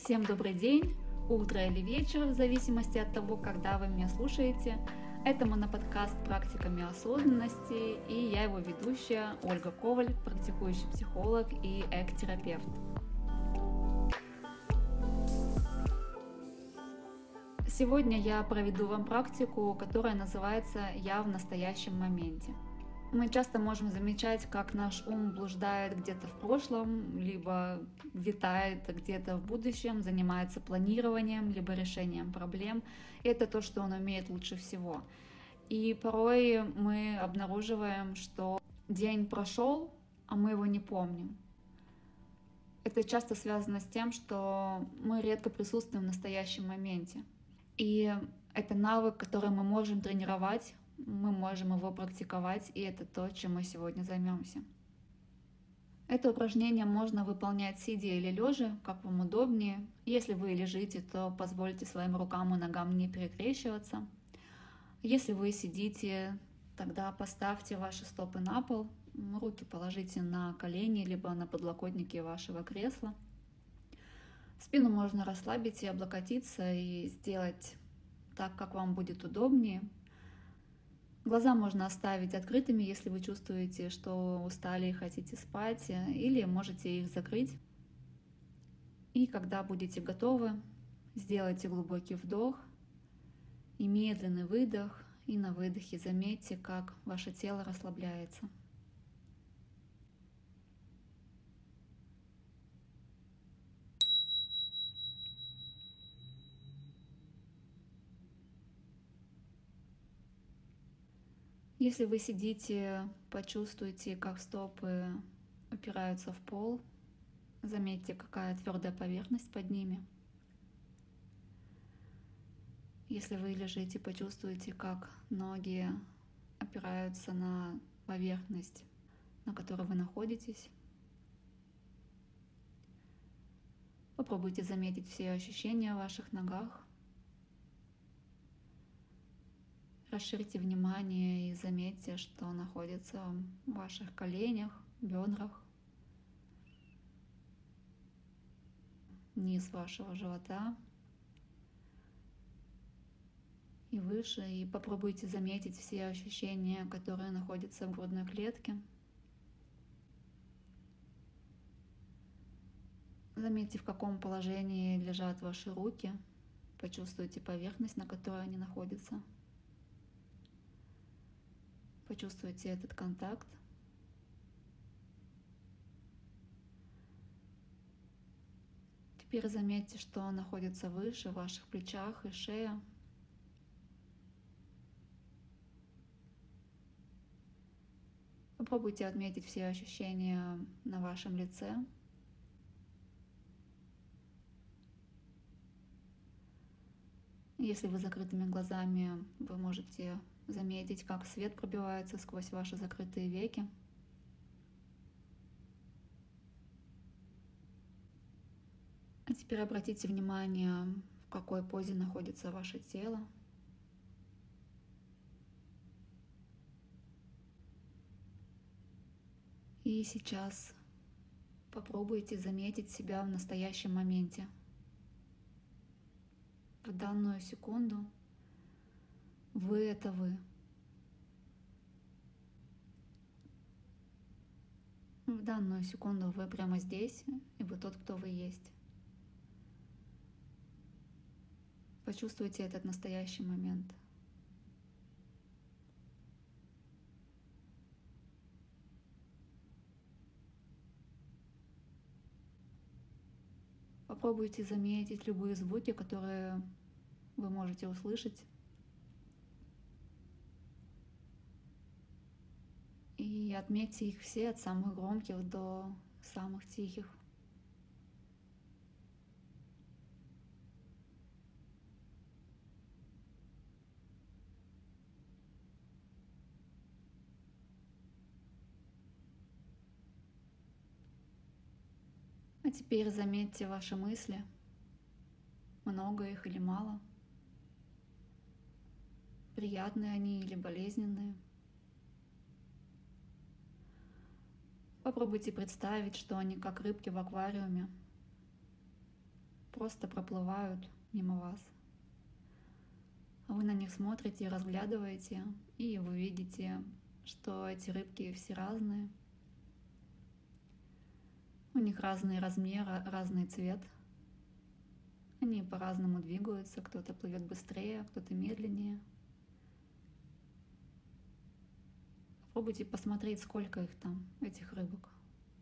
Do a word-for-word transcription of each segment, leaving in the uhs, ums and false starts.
Всем добрый день, утро или вечер, в зависимости от того, когда вы меня слушаете. Это моноподкаст «Практиками осознанности», и я его ведущая Ольга Коваль, практикующий психолог и эк-терапевт. Сегодня я проведу вам практику, которая называется «Я в настоящем моменте». Мы часто можем замечать, как наш ум блуждает где-то в прошлом, либо витает где-то в будущем, занимается планированием, либо решением проблем. И это то, что он умеет лучше всего. И порой мы обнаруживаем, что день прошел, а мы его не помним. Это часто связано с тем, что мы редко присутствуем в настоящем моменте. И это навык, который мы можем тренировать, мы можем его практиковать, и это то, чем мы сегодня займемся. Это упражнение можно выполнять сидя или лежа, как вам удобнее. Если вы лежите, то позвольте своим рукам и ногам не перекрещиваться. Если вы сидите, тогда поставьте ваши стопы на пол, руки положите на колени, либо на подлокотники вашего кресла. Спину можно расслабить и облокотиться, и сделать так, как вам будет удобнее. Глаза можно оставить открытыми, если вы чувствуете, что устали и хотите спать, или можете их закрыть. И когда будете готовы, сделайте глубокий вдох и медленный выдох, и на выдохе заметьте, как ваше тело расслабляется. Если вы сидите, почувствуйте, как стопы упираются в пол. Заметьте, какая твердая поверхность под ними. Если вы лежите, почувствуйте, как ноги опираются на поверхность, на которой вы находитесь. Попробуйте заметить все ощущения в ваших ногах. Расширьте внимание и заметьте, что находится в ваших коленях, бедрах, низ вашего живота и выше. И попробуйте заметить все ощущения, которые находятся в грудной клетке. Заметьте, в каком положении лежат ваши руки. Почувствуйте поверхность, на которой они находятся. Почувствуйте этот контакт. Теперь заметьте, что он находится выше в ваших плечах и шее. Попробуйте отметить все ощущения на вашем лице. Если вы закрытыми глазами, вы можете заметить, как свет пробивается сквозь ваши закрытые веки. А теперь обратите внимание, в какой позе находится ваше тело. И сейчас попробуйте заметить себя в настоящем моменте. В данную секунду вы — это вы. В данную секунду вы прямо здесь, и вы тот, кто вы есть. Почувствуйте этот настоящий момент. Попробуйте заметить любые звуки, которые вы можете услышать. И отметьте их все, от самых громких до самых тихих. А теперь заметьте ваши мысли, много их или мало, приятные они или болезненные. Попробуйте представить, что они как рыбки в аквариуме, просто проплывают мимо вас. Вы на них смотрите, разглядываете, и вы видите, что эти рыбки все разные. У них разный размер, разный цвет. Они по-разному двигаются, кто-то плывет быстрее, кто-то медленнее. Попробуйте посмотреть, сколько их там, этих рыбок.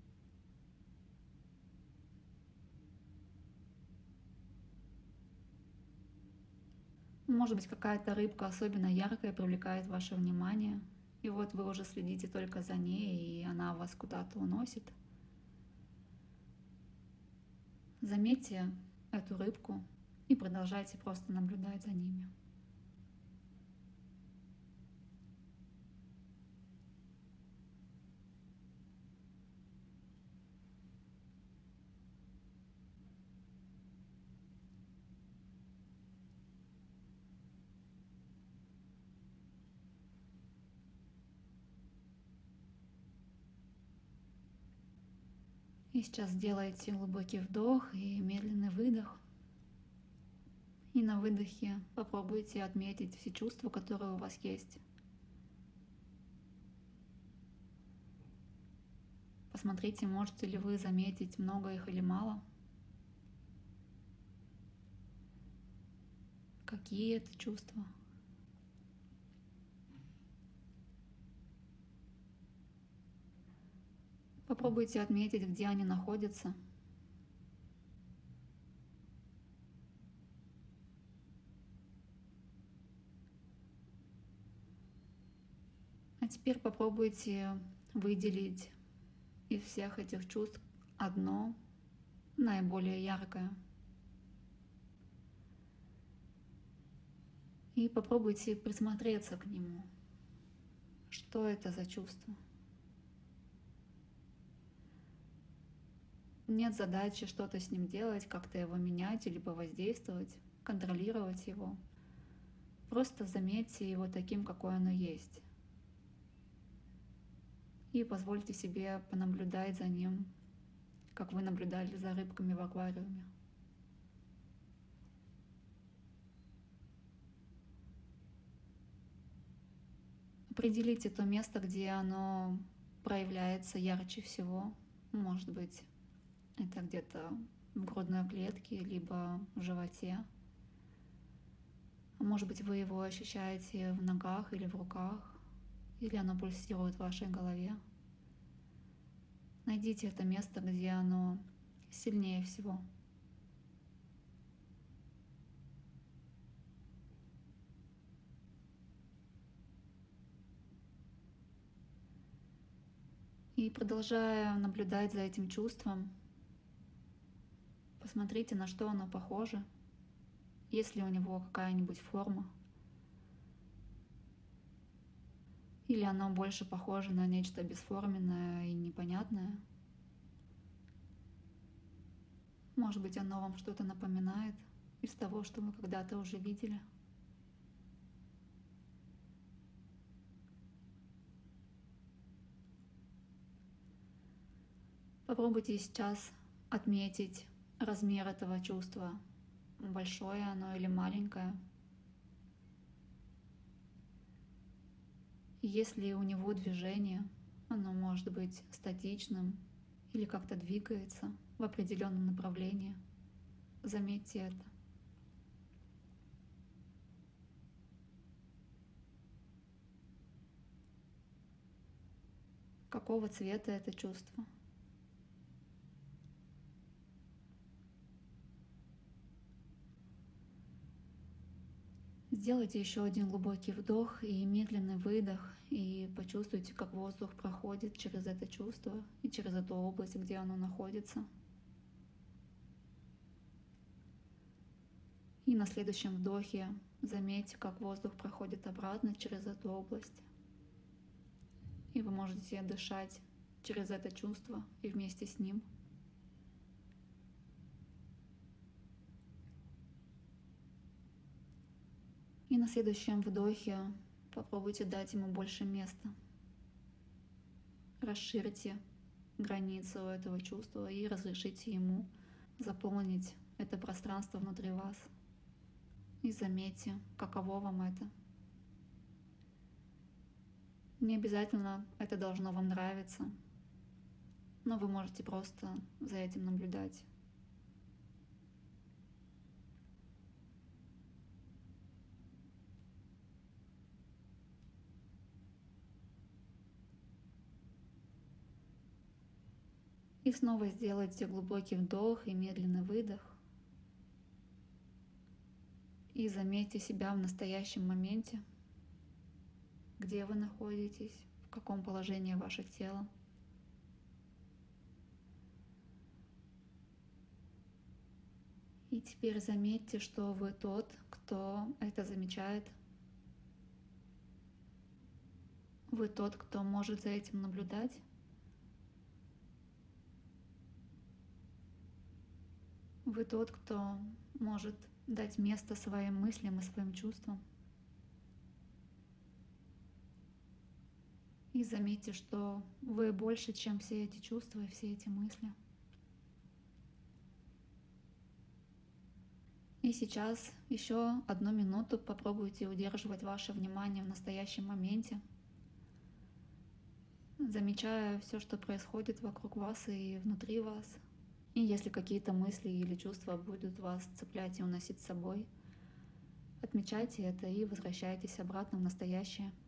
Может быть, какая-то рыбка особенно яркая привлекает ваше внимание, и вот вы уже следите только за ней, и она вас куда-то уносит. Заметьте эту рыбку и продолжайте просто наблюдать за ними. И сейчас сделайте глубокий вдох и медленный выдох. И на выдохе попробуйте отметить все чувства, которые у вас есть. Посмотрите, можете ли вы заметить, много их или мало. Какие это чувства? Попробуйте отметить, где они находятся. А теперь попробуйте выделить из всех этих чувств одно, наиболее яркое. И попробуйте присмотреться к нему. Что это за чувство? Нет задачи что-то с ним делать, как-то его менять, либо воздействовать, контролировать его. Просто заметьте его таким, какой оно есть. И позвольте себе понаблюдать за ним, как вы наблюдали за рыбками в аквариуме. Определите то место, где оно проявляется ярче всего. Может быть, это где-то в грудной клетке, либо в животе. А может быть, вы его ощущаете в ногах или в руках, или оно пульсирует в вашей голове. Найдите это место, где оно сильнее всего. И продолжая наблюдать за этим чувством, посмотрите, на что оно похоже, есть ли у него какая-нибудь форма, или оно больше похоже на нечто бесформенное и непонятное. Может быть, оно вам что-то напоминает из того, что вы когда-то уже видели. Попробуйте сейчас отметить размер этого чувства, большое оно или маленькое. Если у него движение, оно может быть статичным или как-то двигается в определенном направлении. Заметьте это. Какого цвета это чувство? Сделайте еще один глубокий вдох и медленный выдох, и почувствуйте, как воздух проходит через это чувство и через эту область, где оно находится. И на следующем вдохе заметьте, как воздух проходит обратно через эту область. И вы можете дышать через это чувство и вместе с ним. И на следующем вдохе попробуйте дать ему больше места. Расширьте границу этого чувства и разрешите ему заполнить это пространство внутри вас. И заметьте, каково вам это. Не обязательно это должно вам нравиться, но вы можете просто за этим наблюдать. И снова сделайте глубокий вдох и медленный выдох. И заметьте себя в настоящем моменте, где вы находитесь, в каком положении ваше тело. И теперь заметьте, что вы тот, кто это замечает. Вы тот, кто может за этим наблюдать. Вы тот, кто может дать место своим мыслям и своим чувствам. И заметьте, что вы больше, чем все эти чувства и все эти мысли. И сейчас еще одну минуту попробуйте удерживать ваше внимание в настоящем моменте, замечая все, что происходит вокруг вас и внутри вас. И если какие-то мысли или чувства будут вас цеплять и уносить с собой, отмечайте это и возвращайтесь обратно в настоящее.